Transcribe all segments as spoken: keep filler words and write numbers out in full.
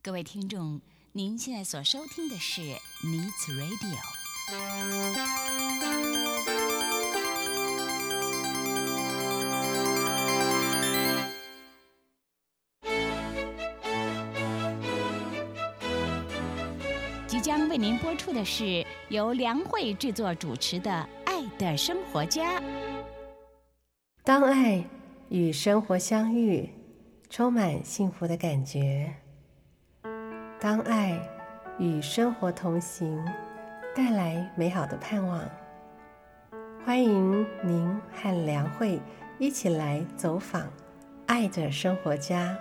各位听众，您现在所收听的是 Needs Radio。即将为您播出的是由梁慧制作主持的《爱的生活家》。 当爱与生活相遇，充满幸福的感觉；当爱与生活同行，带来美好的盼望。欢迎您和梁慧一起来走访爱的生活家。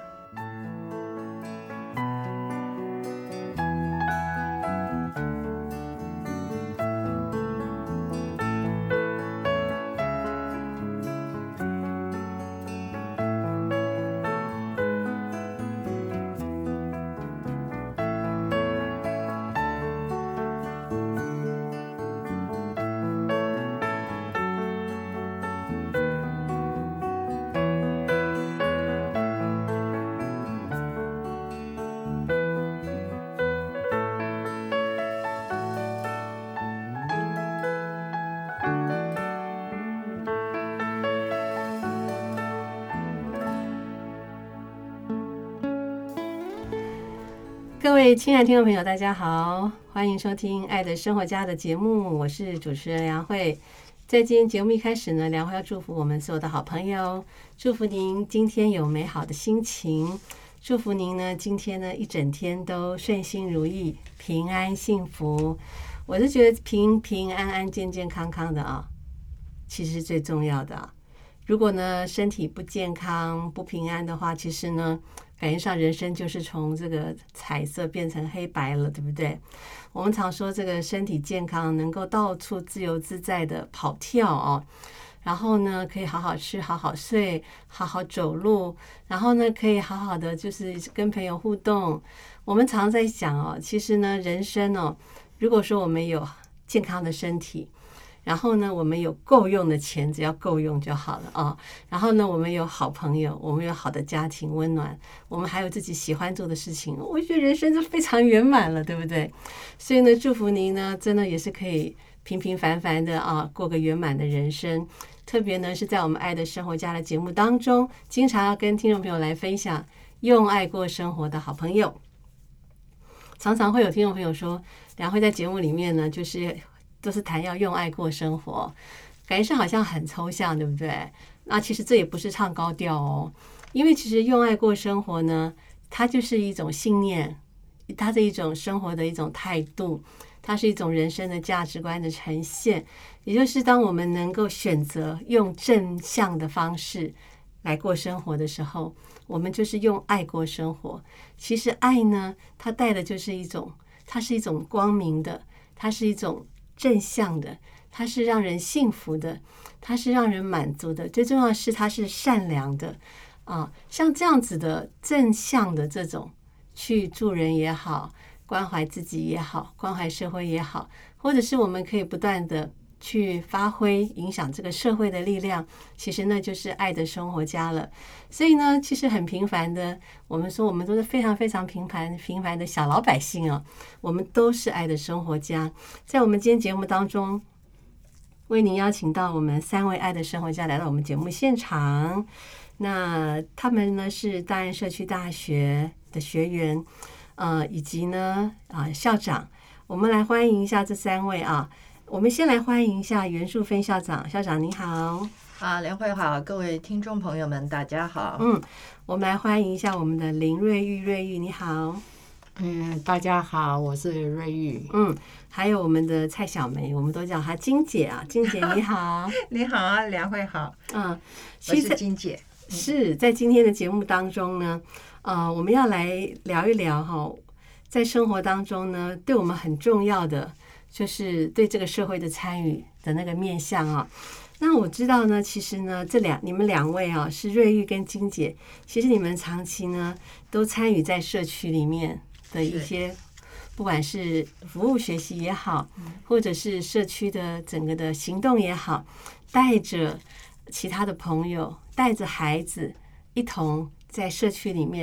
各位亲爱的听众朋友，大家好，欢迎收听《爱的生活家》的节目，我是主持人梁慧。在今天节目一开始呢，梁慧要祝福我们所有的好朋友，祝福您今天有美好的心情，祝福您呢今天呢一整天都顺心如意、平安幸福。我是觉得平平安安、健健康康的啊，其实是最重要的啊。如果呢身体不健康、不平安的话，其实呢感觉上人生就是从这个彩色变成黑白了，对不对？我们常说这个身体健康能够到处自由自在的跑跳哦，然后呢可以好好吃、好好睡、好好走路，然后呢可以好好的就是跟朋友互动。我们常在讲哦，其实呢人生哦，如果说我们有健康的身体，然后呢我们有够用的钱，只要够用就好了啊、哦。然后呢我们有好朋友，我们有好的家庭温暖，我们还有自己喜欢做的事情，我觉得人生就非常圆满了，对不对？所以呢祝福您呢真的也是可以平平凡凡的啊过个圆满的人生。特别呢是在我们爱的生活家的节目当中，经常要跟听众朋友来分享用爱过生活的好朋友。常常会有听众朋友说，梁慧在节目里面呢就是都是谈要用爱过生活，感觉上好像很抽象，对不对？那其实这也不是唱高调哦，因为其实用爱过生活呢，它就是一种信念，它是一种生活的一种态度，它是一种人生的价值观的呈现。也就是当我们能够选择用正向的方式来过生活的时候，我们就是用爱过生活。其实爱呢，它带的就是一种，它是一种光明的，它是一种正向的，它是让人幸福的，它是让人满足的，最重要的是它是善良的啊！像这样子的正向的这种去助人也好，关怀自己也好，关怀社会也好，或者是我们可以不断的去发挥影响这个社会的力量，其实那就是爱的生活家了。所以呢其实很平凡的，我们说我们都是非常非常平凡平凡的小老百姓啊，我们都是爱的生活家。在我们今天节目当中，为您邀请到我们三位爱的生活家来到我们节目现场。那他们呢是大安社区大学的学员，呃，以及呢啊、呃、校长。我们来欢迎一下这三位啊。我们先来欢迎一下袁淑芬校长。校长你好。 啊，梁慧好，各位听众朋友们大家好。 嗯，我们来欢迎一下我们的林瑞玉。瑞玉你好。 嗯，大家好，我是瑞玉。 嗯，还有我们的蔡小梅，我们都叫她金姐啊。金姐你好。 你好啊，梁慧好。 嗯， 我是金姐。 是在今天的节目当中呢，呃，我们要来聊一聊哈，在生活当中呢，对我们很重要的就是对这个社会的参与的那个面向啊。那我知道呢，其实呢，这两你们两位啊，是瑞玉跟金姐，其实你们长期呢都参与在社区里面的一些，不管是服务学习也好，或者是社区的整个的行动也好，带着其他的朋友，带着孩子一同在社区里面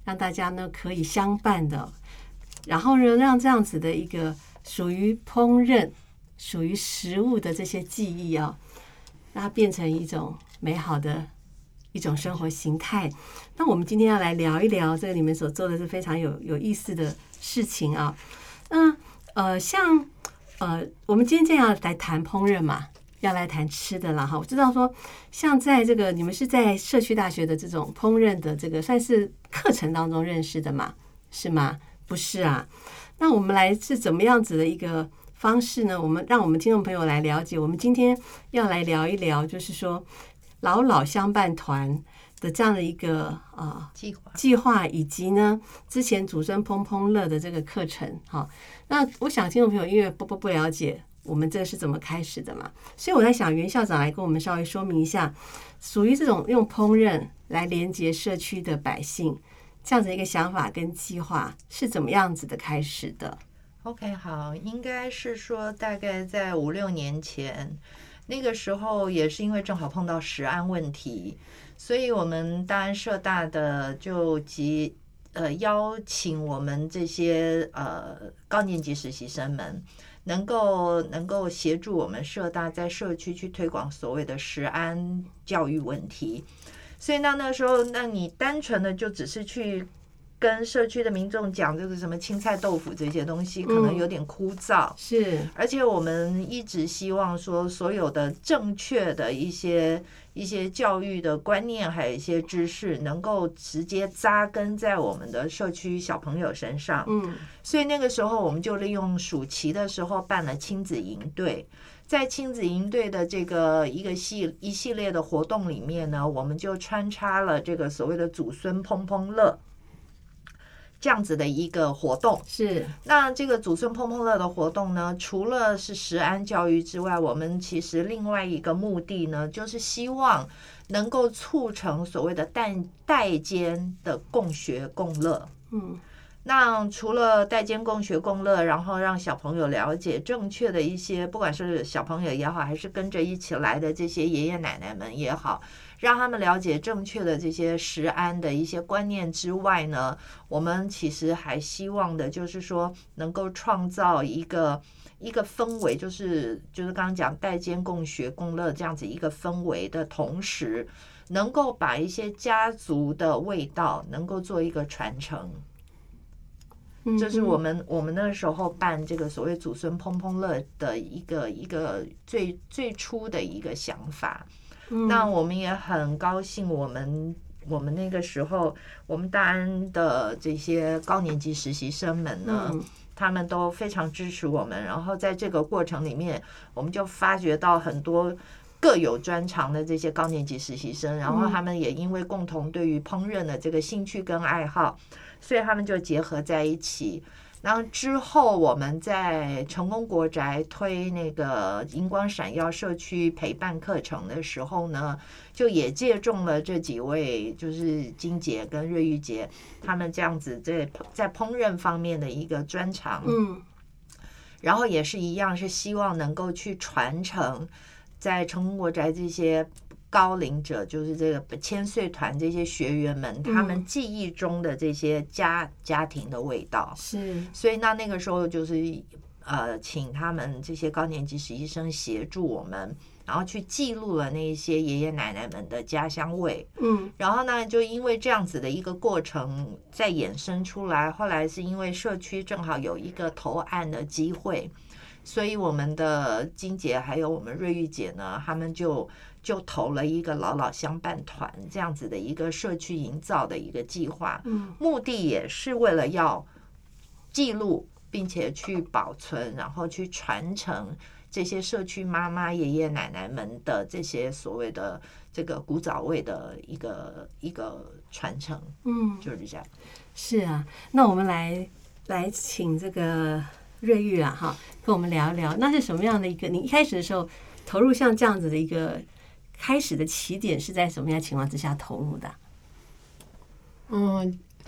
让大家呢可以相伴的，然后呢让这样子的一个属于烹饪、属于食物的这些记忆啊，让它变成一种美好的一种生活形态。那我们今天要来聊一聊这个你们所做的是非常有有意思的事情啊。那呃，像呃，我们今天这样来谈烹饪嘛，要来谈吃的啦哈。我知道说，像在这个你们是在社区大学的这种烹饪的这个算是课程当中认识的嘛，是吗？不是啊。那我们来是怎么样子的一个方式呢？我们让我们听众朋友来了解。我们今天要来聊一聊，就是说老老相伴团的这样的一个呃计划计划，以及呢之前祖孙烹烹乐的这个课程哈。那我想听众朋友因为不不不了解我们这是怎么开始的嘛，所以我在想袁校长来跟我们稍微说明一下，属于这种用烹饪来连接社区的百姓这样子一个想法跟计划是怎么样子的开始的。 OK， 好，应该是说大概在五六年前，那个时候也是因为正好碰到食安问题，所以我们大安社大的就集呃邀请我们这些呃高年级实习生们能够能够协助我们社大在社区去推广所谓的食安教育问题。所以那那时候，那你单纯的就只是去跟社区的民众讲这个什么青菜豆腐这些东西，可能有点枯燥。 嗯、是， 而且我们一直希望说，所有的正确的一些一些教育的观念，还有一些知识，能够直接扎根在我们的社区小朋友身上。 嗯， 所以那个时候，我们就利用暑期的时候办了亲子营队。在亲子营队的这个一个系一系列的活动里面呢，我们就穿插了这个所谓的祖孙烹烹乐这样子的一个活动。 是， 那这个祖孙烹烹乐的活动呢，除了是食安教育之外，我们其实另外一个目的呢，就是希望能够促成所谓的代代间的共学共乐。 嗯。 那除了代间共学共乐，然后让小朋友了解正确的一些，不管是小朋友也好，还是跟着一起来的这些爷爷奶奶们也好，让他们了解正确的这些食安的一些观念之外呢，我们其实还希望的就是说，能够创造一个一个氛围，就是就是刚刚讲代间共学共乐这样子一个氛围的同时，能够把一些家族的味道能够做一个传承。这是我们我们那时候办这个所谓祖孙烹烹乐的一个一个最最初的一个想法。那我们也很高兴，我们我们那个时候我们大安的这些高年级实习生们呢，他们都非常支持我们。然后在这个过程里面，我们就发掘到很多各有专长的这些高年级实习生，然后他们也因为共同对于烹饪的这个兴趣跟爱好，所以他们就结合在一起。然后之后我们在成功国宅推那个荧光闪耀社区陪伴课程的时候呢，就也借重了这几位，就是金姐跟瑞玉姐他们这样子在在烹饪方面的一个专长。 嗯， 然后也是一样，是希望能够去传承在成功国宅这些高龄者，就是这个千岁团这些学员们，他们记忆中的这些家家庭的味道。 是， 所以那那个时候就是呃，请他们这些高年级实习生协助我们，然后去记录了那一些爷爷奶奶们的家乡味。 嗯， 然后呢，就因为这样子的一个过程再衍生出来，后来是因为社区正好有一个投案的机会，所以我们的金姐还有我们瑞玉姐呢，他们就就投了一个老老相伴团这样子的一个社区营造的一个计划。 嗯， 目的也是为了要记录并且去保存，然后去传承这些社区妈妈爷爷奶奶们的这些所谓的这个古早味的一个一个传承。 嗯， 就是这样。 是啊，那我们来来请这个瑞玉啊，哈，跟我们聊一聊，那是什么样的一个？你一开始的时候投入像这样子的一个开始的起点是在什么样的情况之下投入的？ 嗯，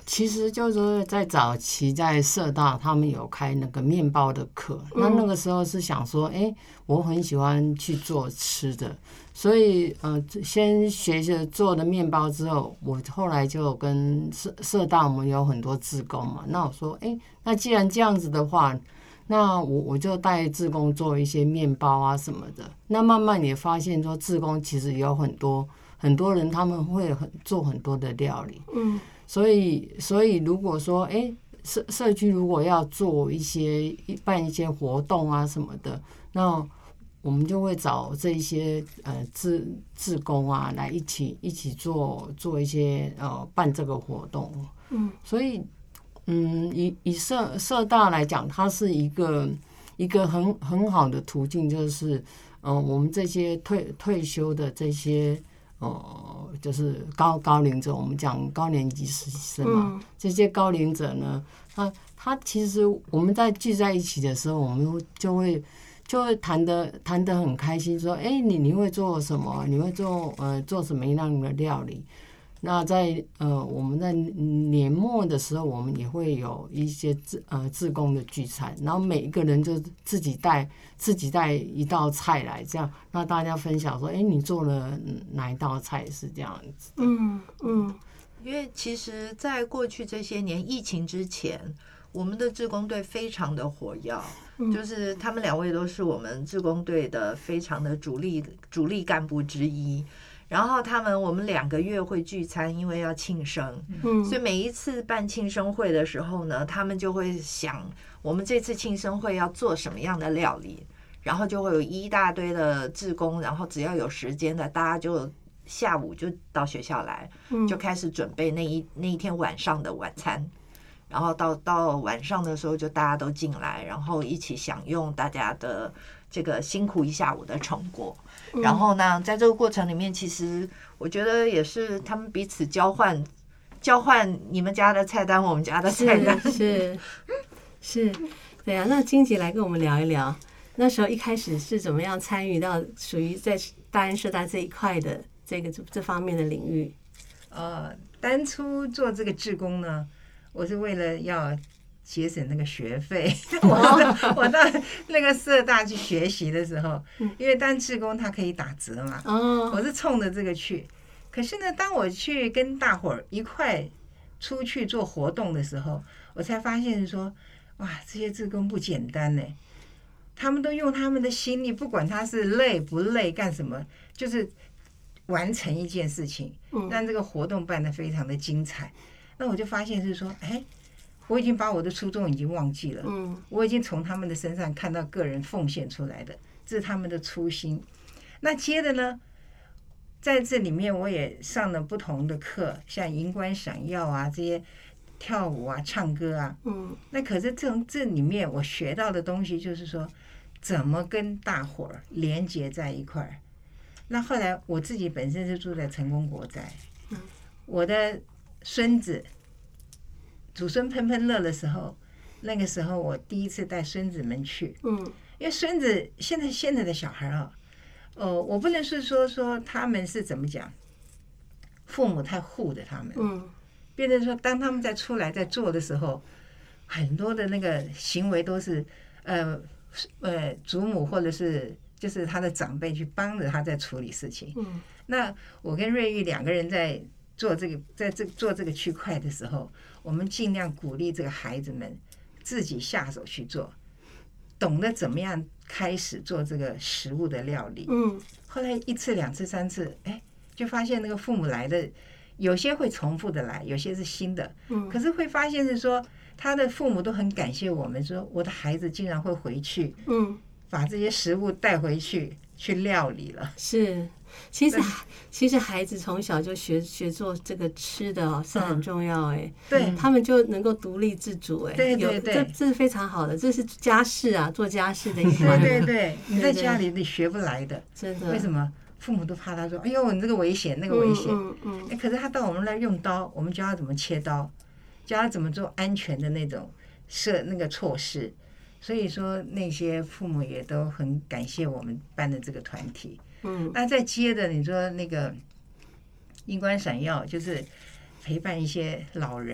其实就是说在早期在社大他们有开那个面包的课，嗯、那那个时候是想说，哎、欸，我很喜欢去做吃的，所以呃，先学着做的面包之后，我后来就跟社社大我们有很多志工嘛，那我说，哎、欸，那既然这样子的话，那我我就带志工做一些面包啊什么的，那慢慢也发现说，志工其实有很多很多人他们会很做很多的料理，嗯。所以，所以如果说，哎，社社区如果要做一些办一些活动啊什么的，那我们就会找这一些呃志志工啊来一起一起做做一些呃办这个活动。嗯，所以，嗯，以以社社大来讲，它是一个一个很很好的途径，就是嗯、呃，我们这些退退休的这些。哦，就是高高龄者，我们讲高年级实习生嘛，嗯、这些高龄者呢，他他其实我们在聚在一起的时候，我们就会就会谈得谈得很开心，说，哎、欸，你你会做什么？你会做呃做什么样的料理？那在呃我们在年末的时候，我们也会有一些志呃志工的聚餐，然后每一个人就自己带自己带一道菜来，这样让大家分享说，哎，你做了哪一道菜是这样子的。 嗯嗯，因为其实在过去这些年疫情之前，我们的志工队非常的活跃，嗯、就是他们两位都是我们志工队的非常的主力主力干部之一。然后他们我们两个月会聚餐，因为要庆生，嗯，所以每一次办庆生会的时候呢，他们就会想我们这次庆生会要做什么样的料理，然后就会有一大堆的志工，然后只要有时间的，大家就下午就到学校来，就开始准备那一那一天晚上的晚餐，然后到到晚上的时候就大家都进来，然后一起享用大家的这个辛苦一下午的成果。然后呢，在这个过程里面，其实我觉得也是他们彼此交换，交换你们家的菜单，我们家的菜单， 是是，对啊。那金吉来跟我们聊一聊，那时候一开始是怎么样参与到属于在大安社大这一块的这个这方面的领域？ 呃，当初做这个志工呢，我是为了要节省那个学费，我到我到那个社大去学习的时候，因为当志工他可以打折嘛，我是冲着这个去。可是呢，当我去跟大伙儿一块出去做活动的时候，我才发现说，哇，这些志工不简单呢，他们都用他们的心力，不管他是累不累干什么，就是完成一件事情，让这个活动办得非常的精彩。那我就发现是说，哎。我已经把我的初衷已经忘记了，嗯，我已经从他们的身上看到个人奉献出来的，这是他们的初心。那接着呢，在这里面我也上了不同的课，像荧光闪耀啊，这些跳舞啊、唱歌啊，嗯，那可是这种这里面我学到的东西就是说，怎么跟大伙儿连结在一块儿。那后来我自己本身是住在成功国宅，嗯，我的孙子。祖孙喷喷乐的时候，那个时候我第一次带孙子们去，嗯，因为孙子现在现在的小孩啊，呃，我不能是说说他们是怎么讲，父母太护着他们，嗯，变成说当他们在出来在做的时候，很多的那个行为都是呃呃祖母或者是就是他的长辈去帮着他在处理事情，嗯，那我跟瑞玉两个人在做这个在这做这个区块的时候。我们尽量鼓励这个孩子们自己下手去做，懂得怎么样开始做这个食物的料理。嗯，后来一次、两次、三次，哎，就发现那个父母来的，有些会重复的来，有些是新的。嗯，可是会发现是说，他的父母都很感谢我们，说我的孩子竟然会回去，嗯，把这些食物带回去去料理了。 是。其实，其实孩子从小就学学做这个吃的哦，是很重要哎。 对， 他们就能够独立自主哎。 对对对， 这这是非常好的，这是家事啊，做家事的一环。 对对对，你在家里你学不来的， 真的。 为什么？父母都怕他说：“哎呦，你这个危险，那个危险。”嗯嗯。哎，可是他到我们那用刀，我们教他怎么切刀，教他怎么做安全的那种设那个措施。所以说，那些父母也都很感谢我们办的这个团体。嗯，那再接着你说那个荧光闪耀，就是陪伴一些老人，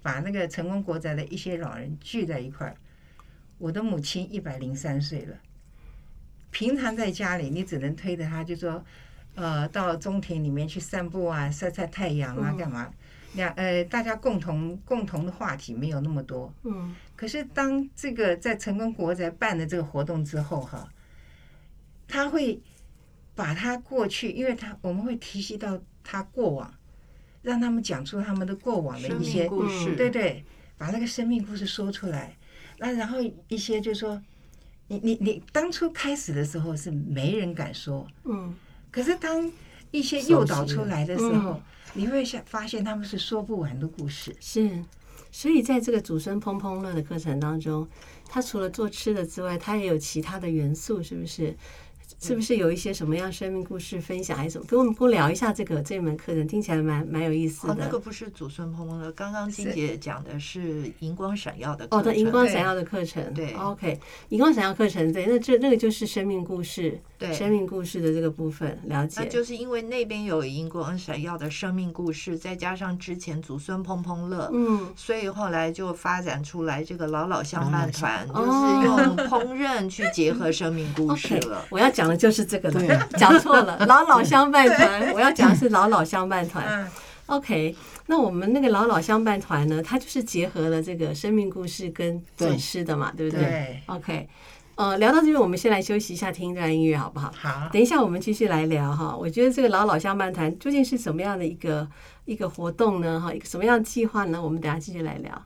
把那个成功国宅的一些老人聚在一块儿。我的母亲一百零三岁了，平常在家里你只能推着她，就说，呃，到中庭里面去散步啊，晒晒太阳啊，干嘛？两呃，大家共同共同的话题没有那么多。 嗯。 可是当这个在成功国宅办的这个活动之后哈，他会把他过去，因为他我们会提及到他过往，让他们讲出他们的过往的一些故事， 对对，把那个生命故事说出来。那然后一些就说，你你你当初开始的时候是没人敢说， 嗯， 可是当一些诱导出来的时候，嗯、你会发现他们是说不完的故事。 是，所以在这个祖孙烹烹乐的课程当中，它除了做吃的之外，它也有其他的元素，是不是？是不是有一些什么样生命故事分享，还是什么？跟我们多聊一下这个这门课程，听起来蛮蛮有意思的。 哦，那个不是祖孙烹烹乐，刚刚金姐讲的是荧光闪耀的课程。 哦，对，荧光闪耀的课程。 对 ，OK， 荧光闪耀课程，对，那这那个就是生命故事， 对， 生命故事的这个部分了解。 那就是因为那边有荧光闪耀的生命故事，再加上之前祖孙烹烹乐， 嗯， 所以后来就发展出来这个老老相伴团，就是用烹饪去结合生命故事了。 okay, 我要讲的就是这个了。讲错了，老老相伴团，我要讲的是老老相伴团。OK， 那我们那个老老相伴团呢，它就是结合了这个生命故事跟做吃的嘛， 对, 对不对？ 对 OK， 呃，聊到这边，我们先来休息一下，听一段音乐，好不好？ 好。 等一下我们继续来聊哈。我觉得这个老老相伴团究竟是什么样的一个一个活动呢？哈，一个什么样的计划呢？我们等一下继续来聊。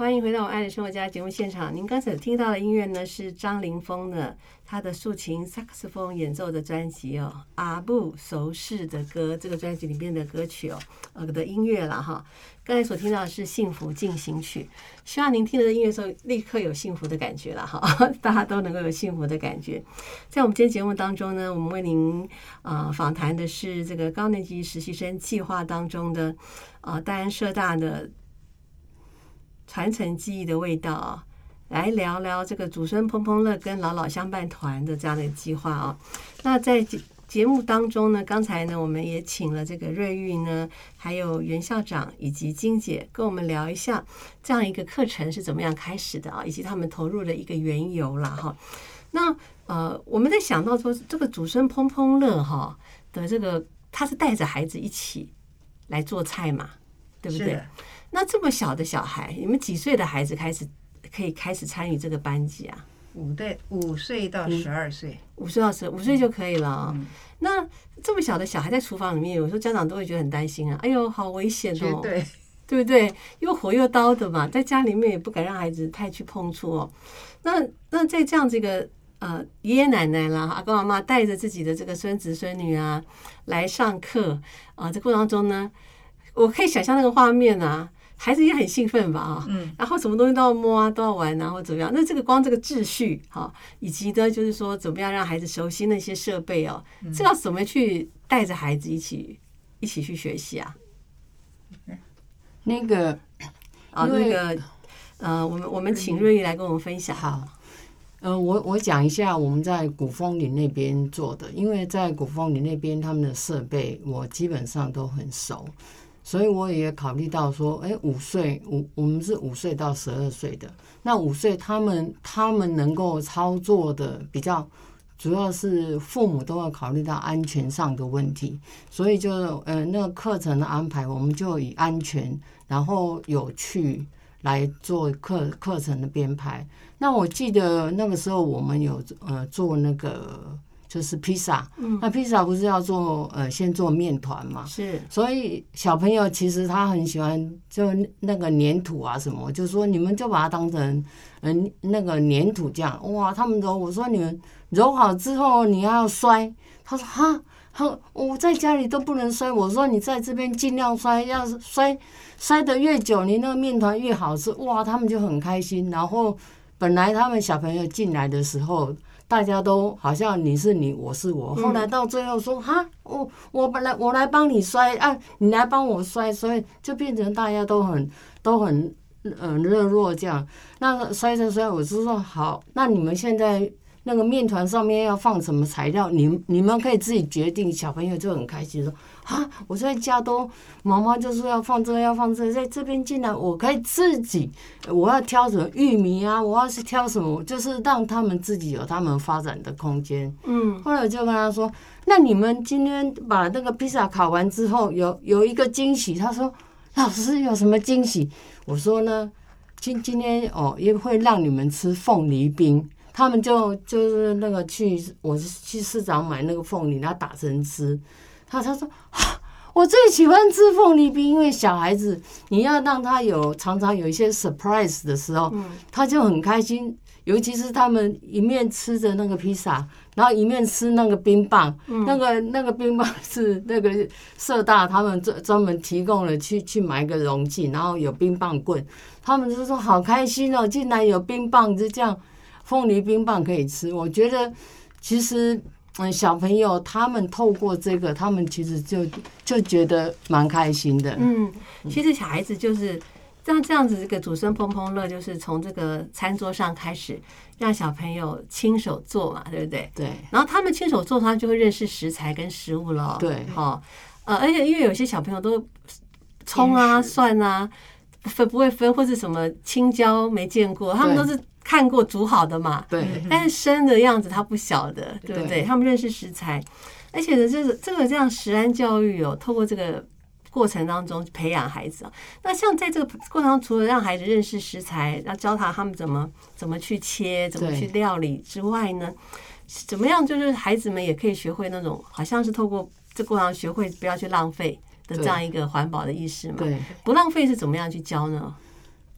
欢迎回到我爱的生活家节目现场。您刚才听到的音乐呢，是张凌峰的他的竖琴萨克斯风演奏的专辑哦，《阿布熟识的歌》这个专辑里面的歌曲哦，呃的音乐啦哈。刚才所听到的是《幸福进行曲》，希望您听的音乐的时候立刻有幸福的感觉了哈，大家都能够有幸福的感觉。在我们今天节目当中呢，我们为您呃访谈的是这个高年级实习生计划当中的呃大安社大的传承记忆的味道啊，来聊聊这个祖孙砰砰乐跟老老相伴团的这样的计划啊。那在节目当中呢，刚才呢我们也请了这个瑞玉呢，还有袁校长以及金姐跟我们聊一下这样一个课程是怎么样开始的啊，以及他们投入的一个缘由啦哈。那呃，我们在想到说这个祖孙砰砰乐哈的这个，他是带着孩子一起来做菜嘛，对不对？那这么小的小孩，你们几岁的孩子开始可以开始参与这个班级啊？ 五对五岁到十二岁， 五岁到十五岁就可以了、哦嗯。那这么小的小孩在厨房里面，有时候家长都会觉得很担心啊，哎呦，好危险哦， 对对不对？又火又刀的嘛，在家里面也不敢让孩子太去碰触哦。那那在这样这个呃爷爷奶奶啦、阿公阿嬷带着自己的这个孙子孙女啊来上课啊、呃，这过程当中呢，我可以想象那个画面啊。孩子也很兴奋吧啊，嗯，然后什么东西都要摸啊，都要玩啊，或怎么样？那这个光这个秩序哈，以及呢，就是说怎么样让孩子熟悉那些设备哦，这要怎么去带着孩子一起一起去学习啊？ 那个啊，那个呃，我们我们请瑞玉来跟我们分享。 好，呃，我我讲一下我们在古风林那边做的，因为在古风林那边他们的设备我基本上都很熟。所以我也考虑到说，哎，五岁五我们是五岁到十二岁的，那五岁他们他们能够操作的比较，主要是父母都要考虑到安全上的问题，所以就呃那个课程的安排，我们就以安全然后有趣来做课课程的编排。那我记得那个时候我们有呃做那个。就是披萨，那披萨不是要做呃先做面团嘛？ 是， 所以小朋友其实他很喜欢就那个粘土啊什么，就说你们就把它当成嗯、呃、那个粘土这样，哇，他们揉，我说你们揉好之后你要摔，他说哈，哈，我在家里都不能摔，我说你在这边尽量摔，要是摔摔得越久，你那个面团越好吃，哇，他们就很开心。然后本来他们小朋友进来的时候。大家都好像你是你，我是我。后来到最后说哈，我我本来我来帮你摔啊，你来帮我摔，所以就变成大家都很都很嗯热络这样。那摔着摔，我就说好，那你们现在那个面团上面要放什么材料，你你们可以自己决定。小朋友就很开心说啊，我在家都妈妈就说要放这个要放这个，在这边进来我可以自己，我要挑什么玉米啊，我要是挑什么，就是让他们自己有他们发展的空间。嗯，后来我就跟他说，那你们今天把那个披萨烤完之后，有有一个惊喜。他说老师有什么惊喜？我说呢，今今天哦也会让你们吃凤梨冰。他们就就是那个去，我去市场买那个凤梨，然后打成汁。他他说啊，我最喜欢吃凤梨冰，因为小孩子你要让他有常常有一些 surprise 的时候，他就很开心。尤其是他们一面吃着那个披萨，然后一面吃那个冰棒，那个那个冰棒是那个社大他们专专门提供了，去去买一个容器，然后有冰棒棍，他们就说好开心哦，竟然有冰棒，就这样。凤梨冰棒可以吃，我觉得其实嗯，小朋友他们透过这个，他们其实就就觉得蛮开心的。 嗯，其实小孩子就是像这样子，这个祖孙砰砰乐，就是从这个餐桌上开始，让小朋友亲手做嘛，对不对？ 对。 然后他们亲手做，他就会认识食材跟食物了。 对。 哦，呃，而且因为有些小朋友都葱啊、蒜啊分不会分，或是什么青椒没见过，他们都是。看过煮好的嘛， 对， 但是生的样子他不晓得，对不对？他们认识食材，而且呢，就是这个这样食安教育哦，透过这个过程当中培养孩子啊。那像在这个过程中，除了让孩子认识食材，要教他他们怎么怎么去切，怎么去料理之外呢，怎么样就是孩子们也可以学会那种，好像是透过这过程学会不要去浪费的这样一个环保的意识嘛。 对， 不浪费是怎么样去教呢？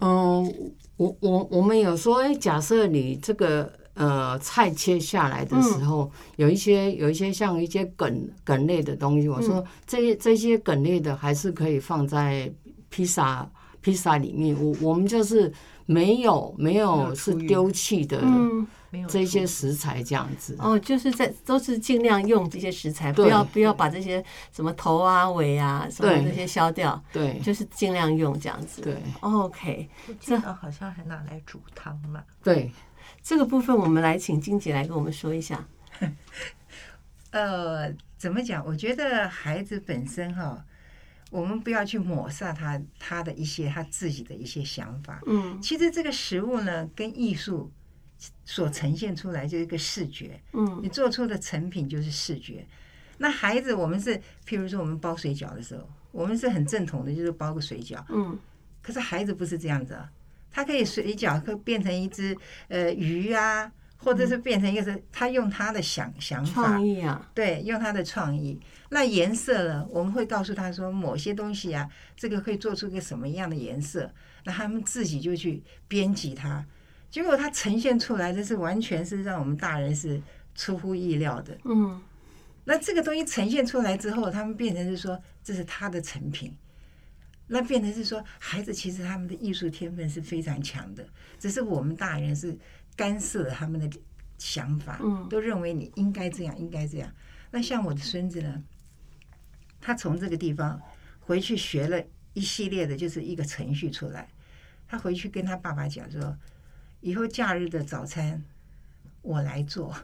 嗯，我我我们有说，哎，假设你这个呃菜切下来的时候，嗯、有一些有一些像一些梗梗类的东西，我说、嗯、这这些梗类的还是可以放在披萨披萨里面。我我们就是没有没有是丢弃的。嗯，这些食材这样子哦，就是在都是尽量用这些食材，不要不要把这些什么头啊尾啊什么这些削掉， 对， 就是尽量用这样子。 对 ，OK， 这好像还拿来煮汤嘛。 对， 这个部分我们来请金姐来跟我们说一下。 呃，怎么讲？我觉得孩子本身哈，我们不要去抹杀他他的一些他自己的一些想法。嗯，其实这个食物呢，跟艺术所呈现出来就是一个视觉，嗯，你做出的成品就是视觉。那孩子，我们是，譬如说我们包水饺的时候，我们是很正统的，就是包个水饺，嗯。可是孩子不是这样子啊，他可以水饺可以变成一只呃鱼啊，或者是变成一个是，他用他的想想法， 创意啊， 对，用他的创意。那颜色呢，我们会告诉他说，某些东西啊，这个可以做出个什么样的颜色，那他们自己就去编辑它。结果它呈现出来的是完全是让我们大人是出乎意料的，嗯，那这个东西呈现出来之后，他们变成是说这是他的成品，那变成是说孩子其实他们的艺术天分是非常强的，只是我们大人是干涉了他们的想法，嗯，都认为你应该这样，应该这样。那像我的孙子呢，他从这个地方回去学了一系列的，就是一个程序出来，他回去跟他爸爸讲说，以后假日的早餐我来做，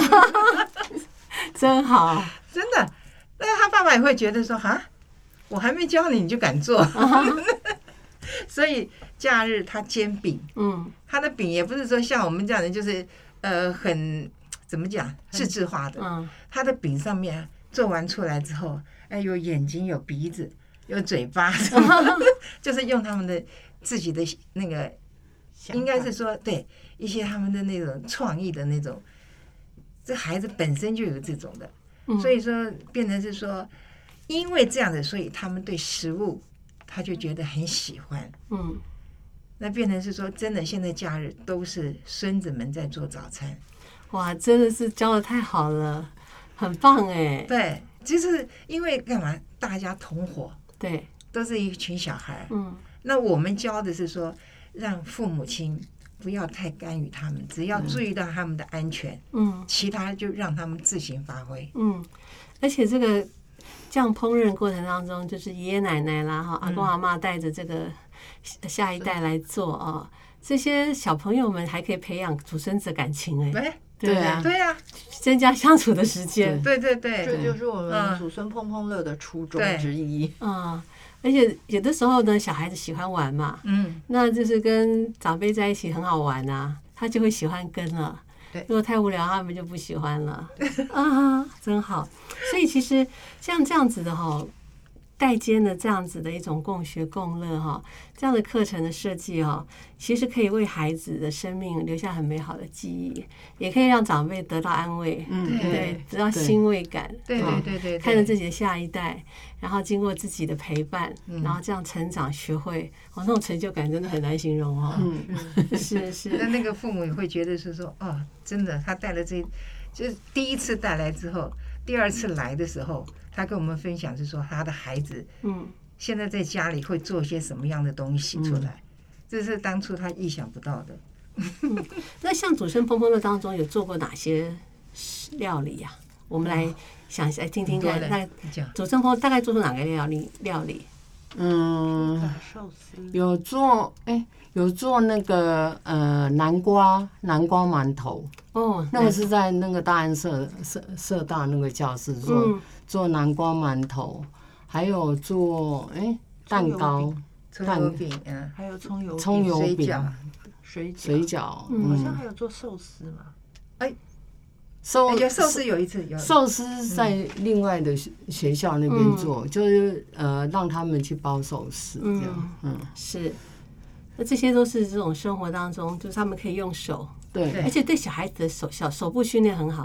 真好， 真的。那他爸爸也会觉得说，哈，我还没教你你就敢做，所以假日他煎饼，嗯，他的饼也不是说像我们这样的，就是呃很怎么讲自制化的，嗯，他的饼上面做完出来之后，哎，有眼睛，有鼻子，有嘴巴，就是用他们的自己的那个。应该是说，对一些他们的那种创意的那种，这孩子本身就有这种的，嗯、所以说变成是说，因为这样的，所以他们对食物他就觉得很喜欢，嗯，那变成是说，真的现在假日都是孙子们在做早餐， 哇，真的是教的太好了，很棒哎， 对，就是因为干嘛，大家同伙， 对， 都是一群小孩，嗯，那我们教的是说。让父母亲不要太干预他们，只要注意到他们的安全，嗯，其他就让他们自行发挥， 嗯，而且这个这样烹饪过程当中，就是爷爷奶奶啦，哈，阿公阿嬷带着这个下一代来做啊，这些小朋友们还可以培养祖孙子感情哎， 对啊，对啊， 增加相处的时间， 对对对， 这就是我们祖孙碰碰乐的初衷之一， 嗯。而且有的时候呢，小孩子喜欢玩嘛，嗯，那就是跟长辈在一起很好玩啊，他就会喜欢跟了。 对， 如果太无聊，他们就不喜欢了。啊，真好。所以其实像这样子的哈，代间的这样子的一种共学共乐哈，这样的课程的设计哈，其实可以为孩子的生命留下很美好的记忆，也可以让长辈得到安慰，嗯，对，得到欣慰感， 对对对对， 看着自己的下一代。然后经过自己的陪伴，然后这样成长学会，哦，那种成就感真的很难形容哦。嗯嗯，是是。 那那个父母也会觉得是说，哦，真的，他带了这，就是第一次带来之后，第二次来的时候，他跟我们分享是说，他的孩子，嗯，现在在家里会做些什么样的东西出来，这是当初他意想不到的。 嗯、那像祖孙烹烹乐当中有做过哪些料理呀、啊？我们来想来听听看，那祖孙烹大概做出哪个料理？料理， 嗯，有做哎，有做那个呃南瓜南瓜馒头哦，那个是在那个大安社社社大那个教室做、嗯、做南瓜馒头，还有做哎蛋糕、 葱油饼，嗯， 还有葱油葱油饼、 水饺、 水饺， 嗯、好像还有做寿司嘛，哎。 寿寿司有一次有寿司在另外的学校那边做，嗯、就是呃让他们去包寿司这样，嗯， 嗯是，那这些都是这种生活当中，就是他们可以用手， 对， 而且对小孩子的手小手部训练很好哎，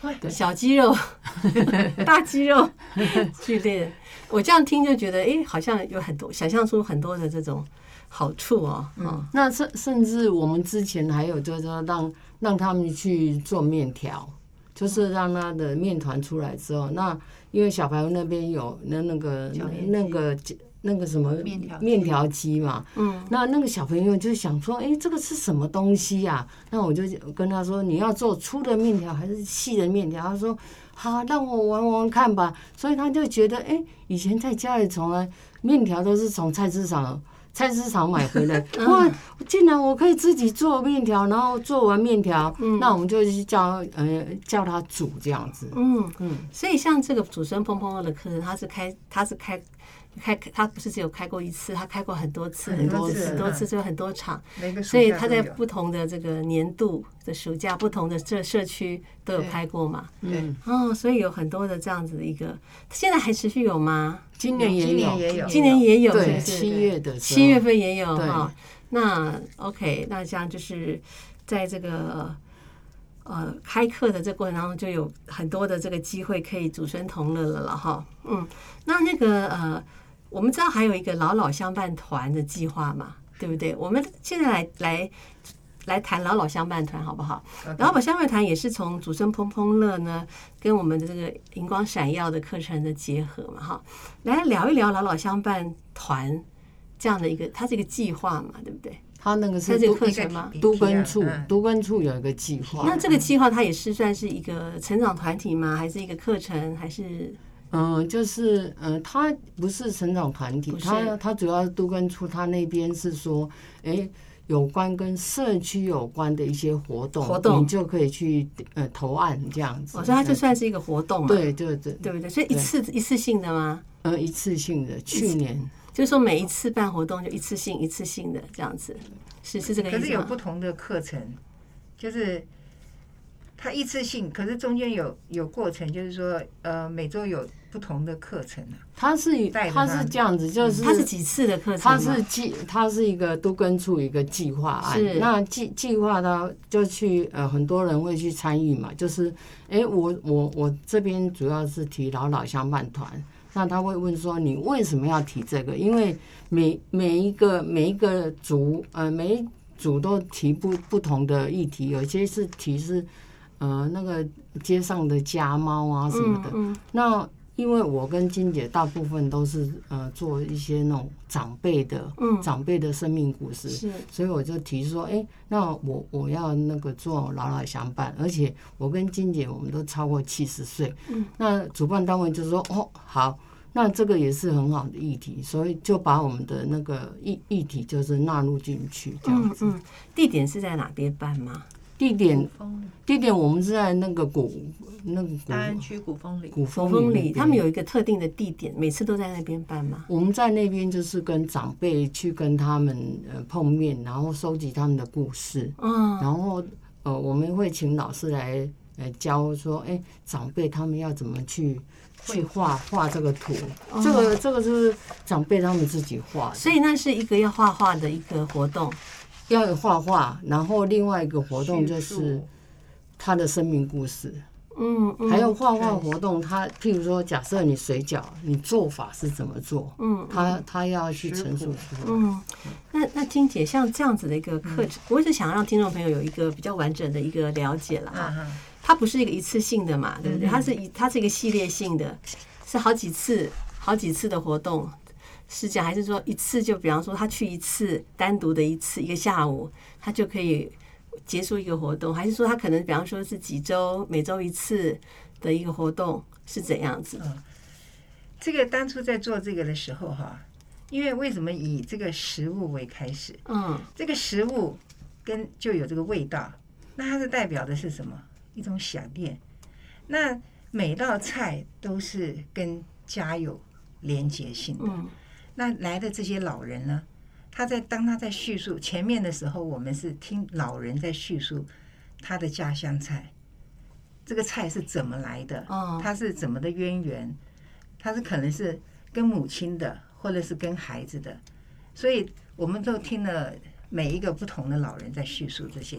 小肌肉、大肌肉剧烈。我这样听就觉得，哎，好像有很多想象出很多的这种好处哦。 嗯，那甚甚至我们之前还有就是说让让他们去做面条，就是让他的面团出来之后，那因为小朋友那边有那那个那个。那个什么面条机嘛，嗯，那那个小朋友就想说，哎、欸，这个是什么东西呀、啊？那我就跟他说，你要做粗的面条还是细的面条？他说，好，让我玩玩看吧。所以他就觉得，哎、欸，以前在家里从来面条都是从菜市场菜市场买回来，哇，竟然我可以自己做面条，然后做完面条，嗯、那我们就去叫呃叫他煮这样子， 嗯嗯。所以像这个主持人砰砰的课程，他是开他是开。开他不是只有开过一次，他开过很多次，很多次，很多次，就有很多场。所以他在不同的这个年度的暑假，不同的这社区都有开过嘛。 嗯， 哦，所以有很多的这样子的一个，现在还持续有吗？ 今年也有， 今年也有， 对，七月的七月份也有哈。那 OK， 那这样就是在这个。呃，开课的这过程当中，就有很多的这个机会可以祖孙同乐了了哈。嗯，那那个呃，我们知道还有一个老老相伴团的计划嘛，对不对？我们现在来来来谈老老相伴团好不好？ Okay. 老老相伴团也是从祖孙砰砰乐呢，跟我们的这个荧光闪耀的课程的结合嘛哈。来聊一聊老老相伴团这样的一个，它是一个计划嘛，对不对？ 他那个是这个课程吗？ 都根处，都根处有一个计划。 那这个计划它也是算是一个成长团体吗？还是一个课程？还是？ 嗯，就是呃，它不是成长团体，它它主要都根处，它那边是说，哎，有关跟社区有关的一些活动， 活动你就可以去呃投案这样子。 哦，所以它就算是一个活动嘛。 对对对， 对不对？所以一次一次性的吗？ 呃，一次性的，去年。 就是说每一次办活动就一次性一次性的这样子，是是这个意思吗？ 可是有不同的课程，就是它一次性，可是中间有有过程，就是说呃每周有不同的课程啊。 它是它是这样子，就是它是几次的课程？ 它是计它是一个都根处一个计划案，那计计划它就去呃很多人会去参与嘛，就是哎、欸、我我我这边主要是提老老相伴团。那他会问说：“你为什么要提这个？因为每每一个每一个组，呃，每一组都提不不同的议题，有些是提是呃那个街上的家猫啊什么的。嗯嗯、那因为我跟金姐大部分都是呃做一些那种长辈的、嗯、长辈的生命故事，所以我就提说，哎、欸，那我我要那个做老老相伴，而且我跟金姐我们都超过七十岁，嗯、那主办单位就说，哦，好。”那这个也是很好的议题，所以就把我们的那个议议题就是纳入进去，这样子。 嗯嗯，地点是在哪边办吗？ 地点地点我们是在那个古那个大安区古风里， 古风里，他们有一个特定的地点，每次都在那边办吗？ 我们在那边就是跟长辈去跟他们呃碰面，然后收集他们的故事，嗯，然后呃我们会请老师来呃教说，哎、欸，长辈他们要怎么去。去画画这个图，哦、这个这个是长辈他们自己画的， 所以那是一个要画画的一个活动， 要有画画，然后另外一个活动就是他的生命故事， 嗯，嗯还有画画活动，他譬如说，假设你水饺，你做法是怎么做，嗯，他他要去陈述出来， 嗯，那那金姐像这样子的一个课程，嗯、我一直想让听众朋友有一个比较完整的一个了解了哈。嗯它不是一个一次性的嘛，对不对？它是一，它是一个系列性的，是好几次、好几次的活动，是这样，还是说一次就比方说他去一次，单独的一次一个下午，他就可以结束一个活动，还是说他可能比方说是几周、每周一次的一个活动，是怎样子？ 嗯，这个当初在做这个的时候哈，因为为什么以这个食物为开始？嗯，这个食物跟就有这个味道，那它是代表的是什么？一种想念，那每道菜都是跟家有连结性的。嗯，那来的这些老人呢，他在当他在叙述前面的时候，我们是听老人在叙述他的家乡菜，这个菜是怎么来的，哦，他是怎么的渊源，他是可能是跟母亲的，或者是跟孩子的，所以我们都听了每一个不同的老人在叙述这些。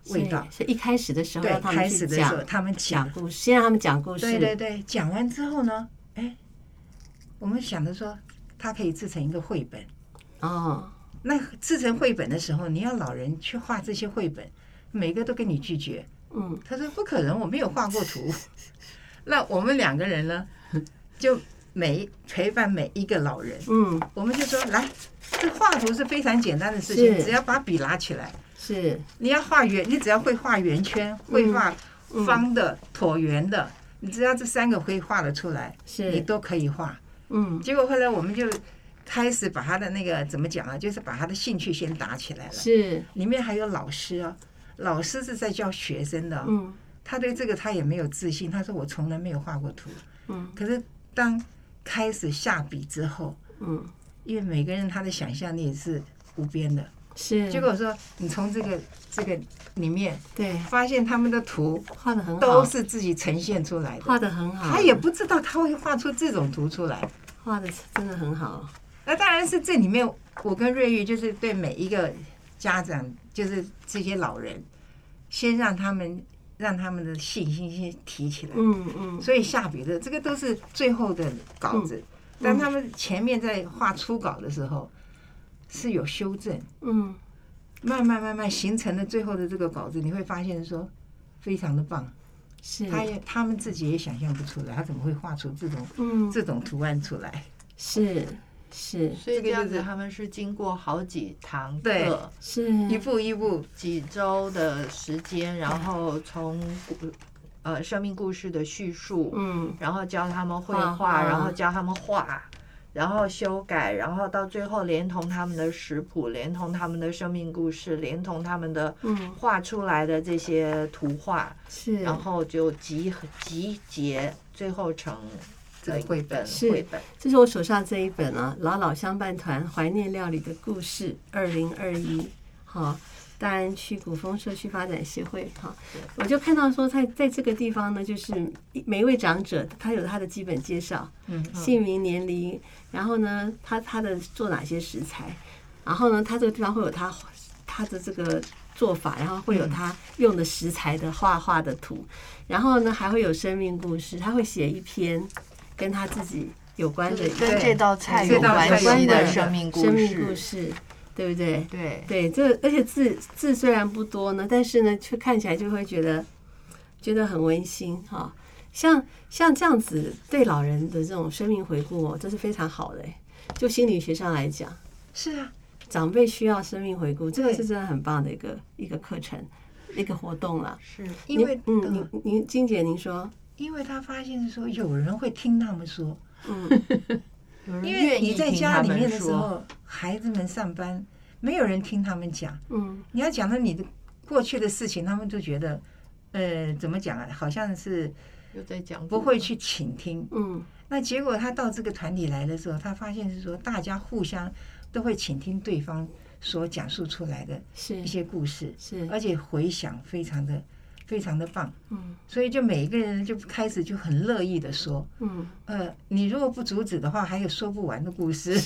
味道。 所以一开始的时候对， 让他们开去讲始的时候他们讲， 讲故事，先让他们讲故事。 对对对，讲完之后呢，哎，我们想着说，它可以制成一个绘本。 哦， 那制成绘本的时候，你要老人去画这些绘本，每个都跟你拒绝。 嗯， 他说不可能，我没有画过图。那我们两个人呢，就每陪伴每一个老人。 嗯， 我们就说来，这画图是非常简单的事情， 是只要把笔拿起来。 是， 你要画圆，你只要会画圆圈，会画方的、椭圆的，你只要这三个会画得出来， 是你都可以画。 嗯， 结果后来我们就开始把他的那个怎么讲啊，就是把他的兴趣先打起来了。 是， 里面还有老师啊，老师是在教学生的， 嗯， 他对这个他也没有自信，他说我从来没有画过图， 嗯， 可是当开始下笔之后， 嗯， 因为每个人他的想象力是无边的， 是。 结果说你从这个这个里面对发现他们的图画的很好， 都是自己呈现出来的， 画的很好， 他也不知道他会画出这种图出来， 画的真的很好。 那当然是这里面我跟瑞玉就是对每一个家长，就是这些老人，先让他们让他们的信心先提起来， 嗯嗯， 所以下笔的这个都是最后的稿子， 嗯、 但他们前面在画初稿的时候是有修正， 嗯， 慢慢慢慢形成了最后的这个稿子，你会发现说非常的棒， 是， 他也他们自己也想象不出来，他怎么会画出这种嗯这种图案出来？ 是是， 所以这样子他们是经过好几堂对课， 是一步一步几周的时间，然后从呃生命故事的叙述， 嗯， 然后教他们绘画画， 画然后教他们画，然后修改，然后到最后连同他们的食谱，连同他们的生命故事，连同他们的嗯画出来的这些图画， 是， 然后就集集结，最后成了一绘本是绘本。 这是我手上这一本啊，《老老相伴团怀念料理的故事》二零二一，哈，大安区古风社区发展协会哈，我就看到说在在这个地方呢，就是每一位长者他有他的基本介绍， 嗯， 姓名、年龄，然后呢，他他的做哪些食材，然后呢，他这个地方会有他他的这个做法，然后会有他用的食材的画画的图，然后呢，还会有生命故事，他会写一篇跟他自己有关的跟这道菜有这道菜关系的有关的生命故生命故事， 事，对不对？ 对对，这而且字字虽然不多呢，但是呢，却看起来就会觉得觉得很温馨哈。像像这样子对老人的这种生命回顾哦，这是非常好的。就心理学上来讲， 是啊， 长辈需要生命回顾，这个是真的很棒的一个一个课程，一个活动啦。 是因为嗯，您您金姐您说， 因为他发现说有人会听他们说， 嗯， 因为你在家里面的时说， 候，孩子们上班，没有人听他们讲。 嗯， 你要讲到你的过去的事情，他们就觉得，呃，怎么讲啊？好像是又在讲不会去倾听。 嗯， 那结果他到这个团体来的时候，他发现是说，大家互相都会倾听对方所讲述出来的是一些故事， 是， 而且回响非常的非常的棒。 嗯所以就每一个人就开始就很乐意的说， 嗯， 呃，你如果不阻止的话，还有说不完的故事。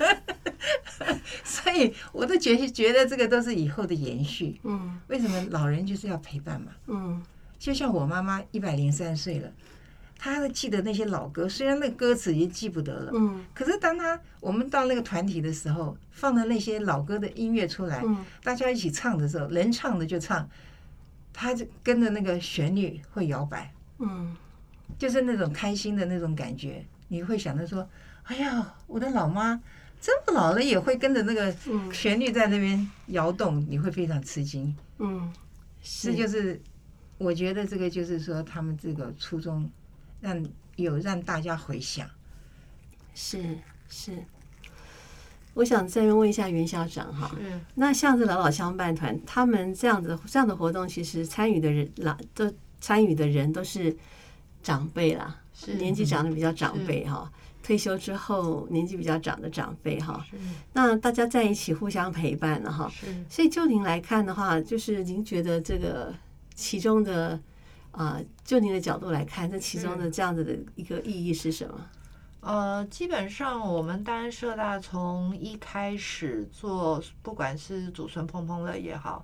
所以我都觉觉得这个都是以后的延续。 嗯为什么老人就是要陪伴嘛？ 嗯就像我妈妈一百零三岁了，她会记得那些老歌，虽然那个歌词也记不得了， 嗯可是当她我们到那个团体的时候，放的那些老歌的音乐出来， 嗯大家一起唱的时候，能唱的就唱，她就跟着那个旋律会摇摆。 嗯， 就是那种开心的那种感觉，你会想着说：“哎呀，我的老妈这么老了也会跟着那个旋律在那边摇动，你会非常吃惊。” 嗯， 这就是我觉得这个就是说他们这个初衷，让有让大家回想。 是是。我想再问一下袁校长哈， 嗯， 那像是老老相伴团，他们这样子这样的活动，其实参与的人老都参与的人都是长辈啦， 是年纪长得比较长辈哈，退休之后年纪比较长的长辈哈， 是那大家在一起互相陪伴了哈， 是所以就您来看的话，就是您觉得这个其中的啊、呃，就您的角度来看，这其中的这样子的一个意义是什么？ 呃，基本上我们大安社大从一开始做，不管是祖孙碰碰乐也好，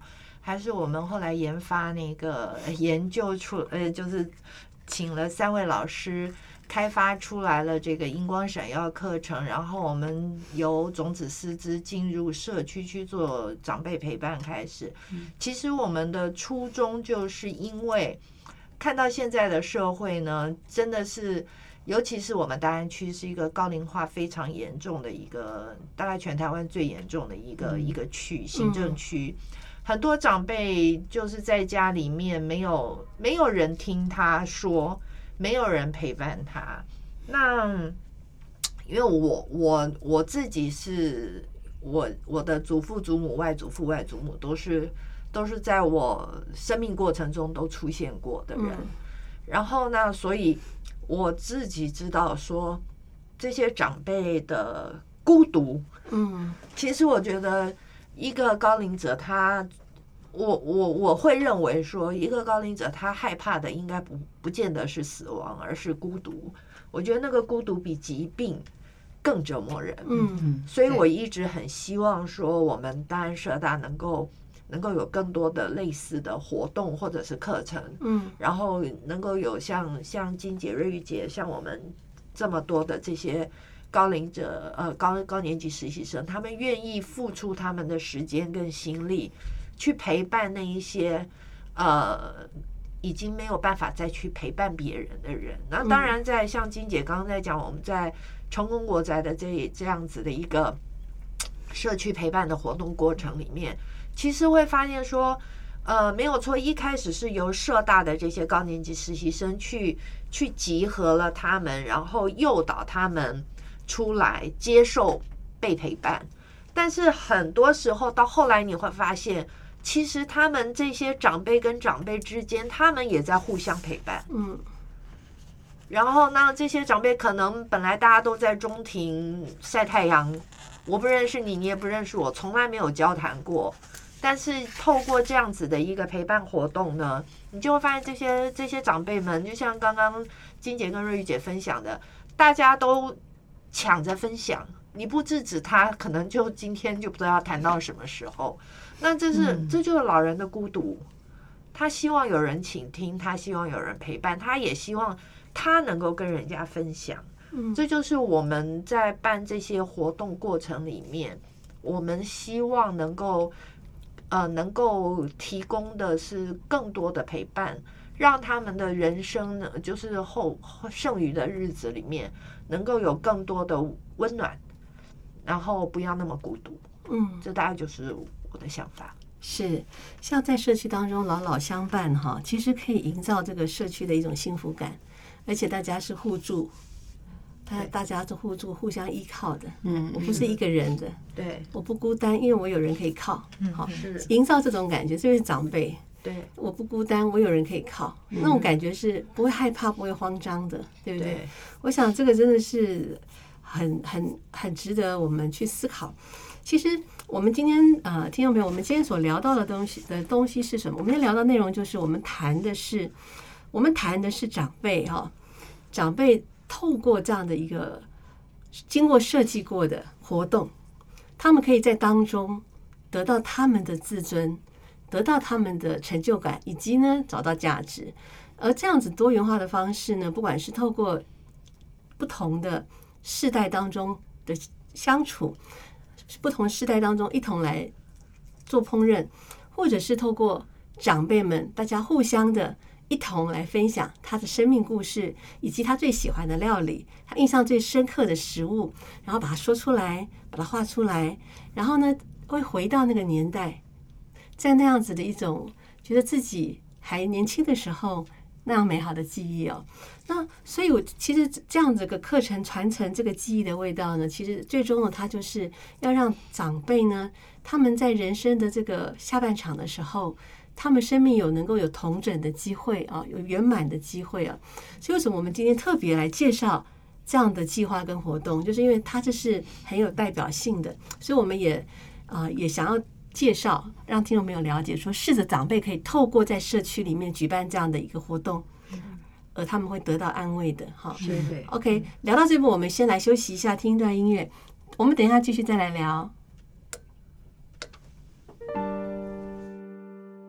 还是我们后来研发那个研究出呃，就是请了三位老师。开发出来了这个荧光闪耀课程，然后我们由种子师资进入社区去做长辈陪伴开始。其实我们的初衷就是因为看到现在的社会呢，真的是，尤其是我们大安区是一个高龄化非常严重的一个，大概全台湾最严重的一个一个区行政区。很多长辈就是在家里面没有没有人听他说。没有人陪伴他，那因为我我我自己是我我的祖父祖母外祖父外祖母都是都是在我生命过程中都出现过的人，嗯、然后呢，所以我自己知道说这些长辈的孤独，嗯，其实我觉得一个高龄者他。我我我会认为说，一个高龄者他害怕的应该不不见得是死亡，而是孤独。我觉得那个孤独比疾病更折磨人。嗯，所以我一直很希望说，我们大安社大能够能够有更多的类似的活动或者是课程。嗯，然后能够有像像金姐、瑞玉姐，像我们这么多的这些高龄者，呃高高年级实习生，他们愿意付出他们的时间跟心力。去陪伴那一些呃已经没有办法再去陪伴别人的人。那当然在像金姐刚刚在讲，我们在成功国宅的这这样子的一个社区陪伴的活动过程里面，其实会发现说呃没有错，一开始是由社大的这些高年级实习生去去集合了他们，然后诱导他们出来接受被陪伴。但是很多时候到后来你会发现，其实他们这些长辈跟长辈之间，他们也在互相陪伴。嗯。然后呢，这些长辈可能本来大家都在中庭晒太阳，我不认识你，你也不认识我，从来没有交谈过。但是透过这样子的一个陪伴活动呢，你就会发现这些这些长辈们，就像刚刚金姐跟瑞玉姐分享的，大家都抢着分享。你不制止他，可能就今天就不知道谈到什么时候。那这是、嗯、这就是老人的孤独，他希望有人倾听，他希望有人陪伴，他也希望他能够跟人家分享。嗯，这就是我们在办这些活动过程里面，我们希望能够呃能够提供的是更多的陪伴，让他们的人生呢，就是后剩余的日子里面，能够有更多的温暖。然后不要那么孤独，嗯，这大概就是我的想法。 是，像在社区当中老老相伴哈，其实可以营造这个社区的一种幸福感，而且大家是互助，大大家是互助、互相依靠的。嗯，我不是一个人的， 对， 我不孤单，因为我有人可以靠。 嗯，好，是营造这种感觉，这是长辈。 对， 我不孤单，我有人可以靠，嗯、那种感觉是不会害怕、不会慌张的，对不对？对，我想这个真的是。很很很值得我们去思考。其实我们今天呃，听众朋友，我们今天所聊到的东西的东西是什么？我们今天聊到内容就是我们谈的是，我们谈的是长辈哈、哦，长辈透过这样的一个经过设计过的活动，他们可以在当中得到他们的自尊，得到他们的成就感，以及呢找到价值。而这样子多元化的方式呢，不管是透过不同的世代当中的相处，不同世代当中一同来做烹饪，或者是透过长辈们大家互相的一同来分享他的生命故事，以及他最喜欢的料理，他印象最深刻的食物，然后把它说出来，把它画出来，然后呢会回到那个年代，在那样子的一种觉得自己还年轻的时候那样美好的记忆哦。那所以我其实这样子个课程传承这个记忆的味道呢，其实最终呢它就是要让长辈呢他们在人生的这个下半场的时候，他们生命有能够有统整的机会啊，有圆满的机会啊。所以为什么我们今天特别来介绍这样的计划跟活动，就是因为它这是很有代表性的，所以我们也啊、呃、也想要介绍，让听众朋友了解说，试着长辈可以透过在社区里面举办这样的一个活动，而他们会得到安慰的哈。 对对。 OK， 聊到这步，我们先来休息一下，听一段音乐。我们等一下继续再来聊。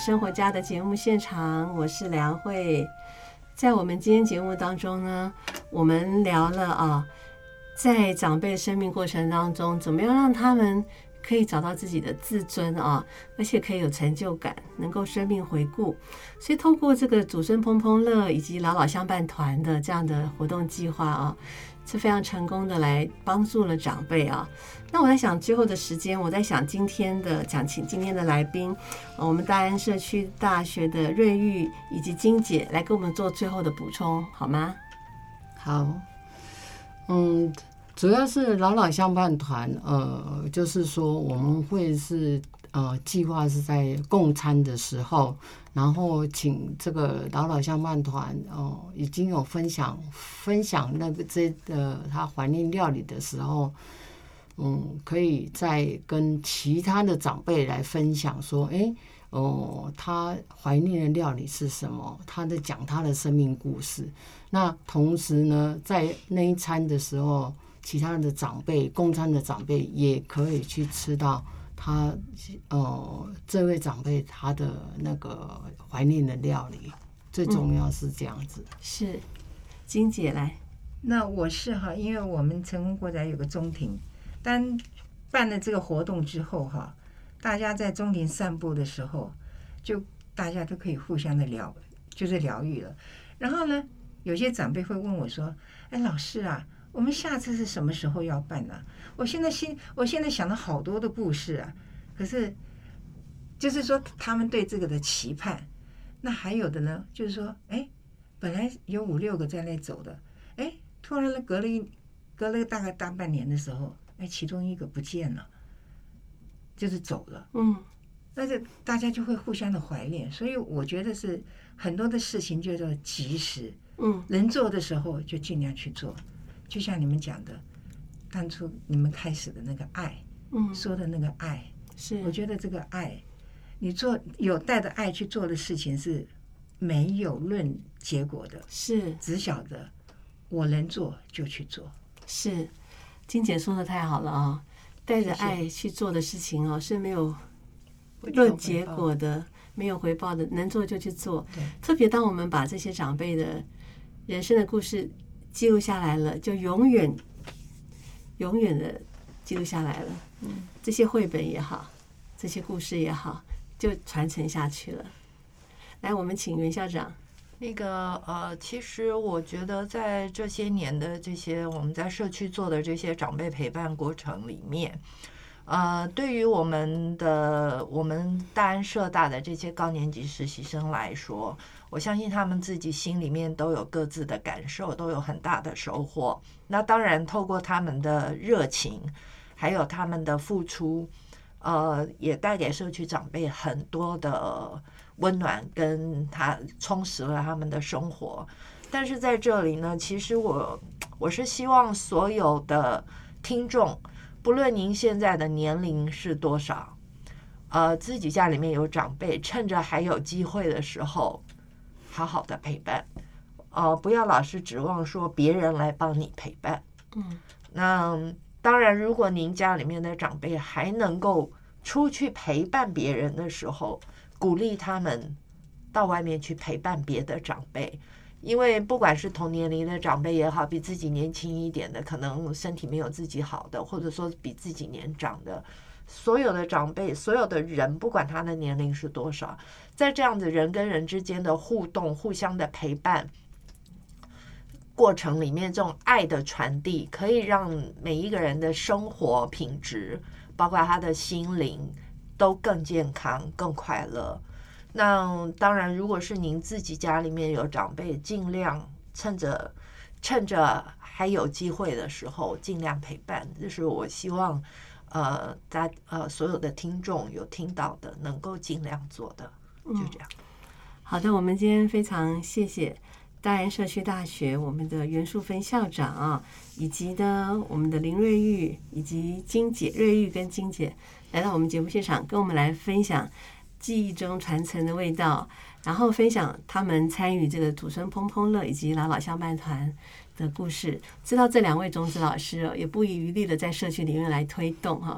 生活家的节目现场，我是梁慧。在我们今天节目当中呢，我们聊了啊，在长辈生命过程当中，怎么样让他们可以找到自己的自尊啊，而且可以有成就感，能够生命回顾。所以透过这个祖孙砰砰乐以及老老相伴团的这样的活动计划啊，是非常成功的来帮助了长辈啊。那我在想最后的时间，我在想今天的讲请今天的来宾，我们大安社区大学的瑞玉以及金姐来给我们做最后的补充，好吗？ 好，嗯。主要是老老相伴团，呃，就是说我们会是呃计划是在共餐的时候，然后请这个老老相伴团哦、呃，已经有分享分享那个这个他怀念料理的时候，嗯，可以再跟其他的长辈来分享说，哎，哦、呃，他怀念的料理是什么？他在讲他的生命故事。那同时呢，在那一餐的时候，其他的长辈共餐的长辈也可以去吃到他呃这位长辈他的那个怀念的料理，最重要是这样子。 嗯、是金姐来， 那我是哈，因为我们成功国宅有个中庭，当办了这个活动之后哈，大家在中庭散步的时候，就大家都可以互相的疗，就是疗愈了。然后呢，有些长辈会问我说：“哎，老师啊。”我们下次是什么时候要办呢、啊？我现在心，我现在想了好多的故事啊。可是，就是说他们对这个的期盼。那还有的呢，就是说，哎，本来有五六个在那走的，哎，突然呢，隔了一隔了大概大半年的时候，哎，其中一个不见了，就是走了。 嗯， 那就大家就会互相的怀念。所以我觉得是很多的事情就叫及时， 嗯， 能做的时候就尽量去做。就像你们讲的，当初你们开始的那个爱， 嗯， 说的那个爱， 是， 我觉得这个爱，你做有带着爱去做的事情是没有论结果的， 是， 只晓得我能做就去做。 是，金姐说的太好了啊！带着爱去做的事情哦，是没有论结果的，没有回报的，能做就去做。特别当我们把这些长辈的人生的故事记录下来了，就永远永远的记录下来了。嗯，这些绘本也好，这些故事也好，就传承下去了。来，我们请袁校长。 那个呃，其实我觉得在这些年的这些我们在社区做的这些长辈陪伴过程里面，呃，对于我们的我们大安社大的这些高年级实习生来说，我相信他们自己心里面都有各自的感受，都有很大的收获。那当然，透过他们的热情，还有他们的付出，呃，也带给社区长辈很多的温暖，跟他充实了他们的生活。但是在这里呢，其实我我是希望所有的听众，不论您现在的年龄是多少，呃，自己家里面有长辈，趁着还有机会的时候，好好的陪伴，呃，不要老是指望说别人来帮你陪伴。 嗯， 那当然，如果您家里面的长辈还能够出去陪伴别人的时候，鼓励他们到外面去陪伴别的长辈。因为不管是同年龄的长辈也好，比自己年轻一点的，可能身体没有自己好的，或者说比自己年长的，所有的长辈，所有的人，不管他的年龄是多少，在这样子人跟人之间的互动，互相的陪伴过程里面，这种爱的传递可以让每一个人的生活品质，包括他的心灵都更健康更快乐。那当然，如果是您自己家里面有长辈，尽量趁着趁着还有机会的时候尽量陪伴，这是我希望呃大呃所有的听众有听到的能够尽量做的，就这样。 嗯、好的，我们今天非常谢谢大安社区大学我们的袁淑芬校长啊，以及呢我们的林瑞玉以及金姐瑞玉跟金姐来到我们节目现场，跟我们来分享记忆中传承的味道，然后分享他们参与这个祖孙砰砰乐以及老老相伴团的故事。知道这两位种子老师也不遗余力的在社区里面来推动哈，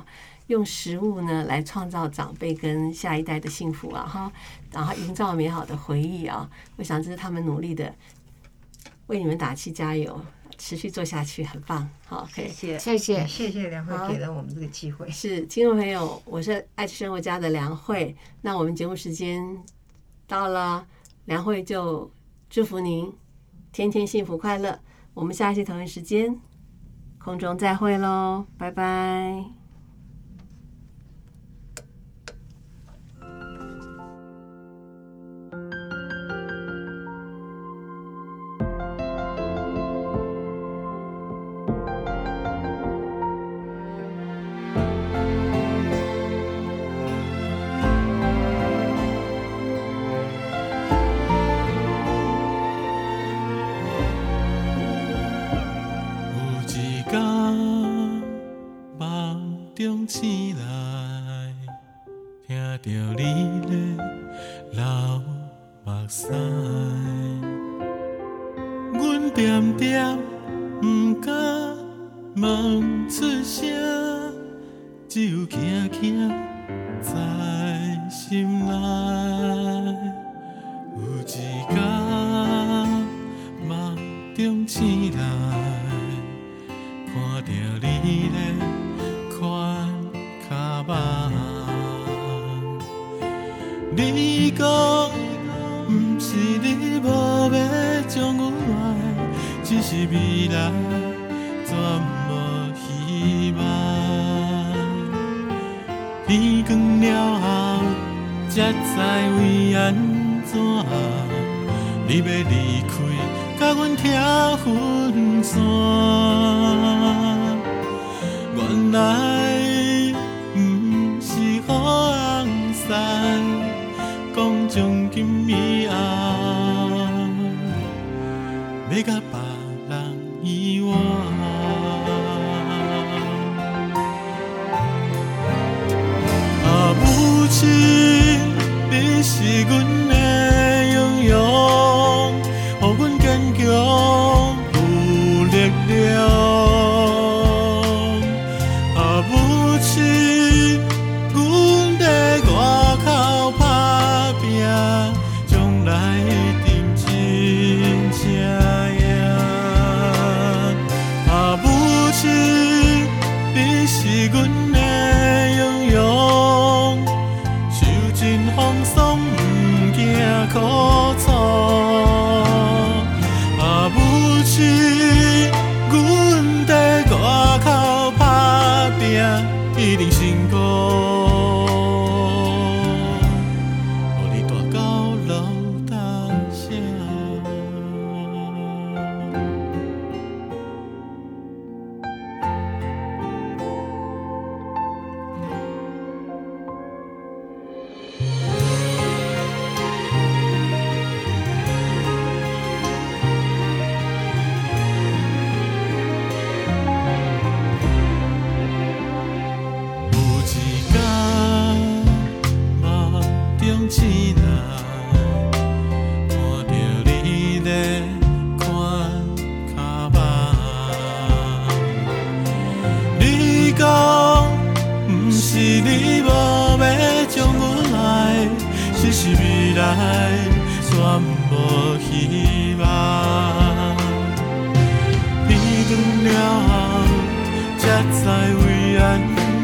用食物呢来创造长辈跟下一代的幸福啊哈，然后营造美好的回忆啊。我想这是他们努力的，为你们打气加油，持续做下去，很棒。好，可以， 谢谢， 谢谢。 谢谢梁慧给了我们这个机会。 是听众朋友，我是爱吃生活家的梁慧。那我们节目时间到了，梁慧就祝福您天天幸福快乐。我们下一期同一时间空中再会喽，拜拜。 醒来，听着你的流目屎，阮点点不敢问出声，只有轻轻在心内。有一天梦中醒来，看着你的款脚板，你讲不是你无要将我爱，只是未来全无希望。天光了后，才知为安怎，你要离开，甲阮拆分散。原来不是雨红伞，讲从今以后，要甲别人遗忘。啊，母亲，你是阮的阳阳，予阮坚强有力量。一定成功，予你大到老大声。醒来，看着你的款脚板，你讲不是你无要将我爱，只是未来全无希望。天光了后，才知为安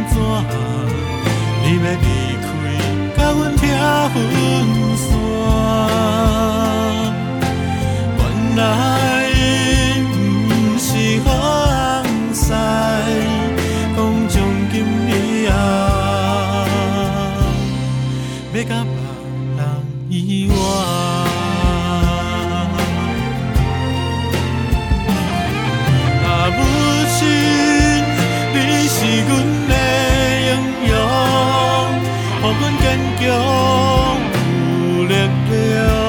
怎，你要离开，甲阮拆分散。原来不是雨红伞，讲从今以后，要甲别人遗忘。啊，母亲，你是阮的阳阳，予阮坚强有力量。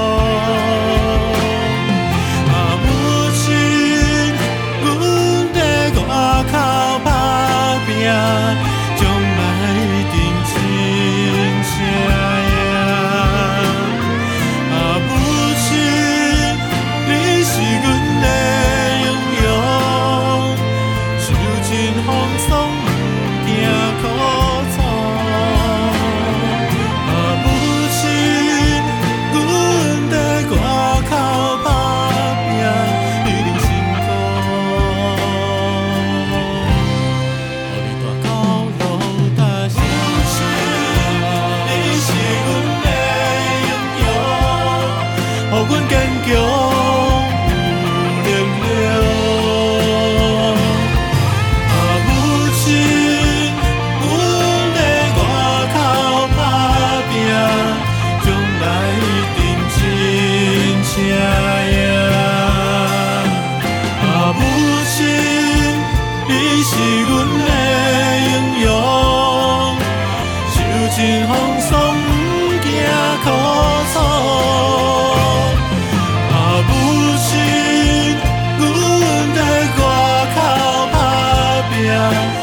啊，母亲，阮在外口打拼，将来一定真正赢。啊，母亲，你是阮的阳阳，受尽风霜，不惊苦。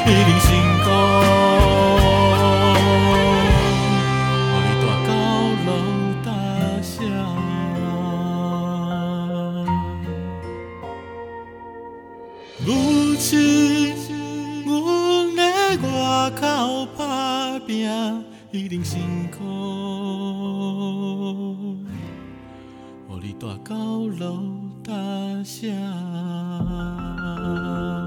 一定辛苦。予你大到老大声。母亲，阮在外口打拼，一定辛苦。予你大到老大声。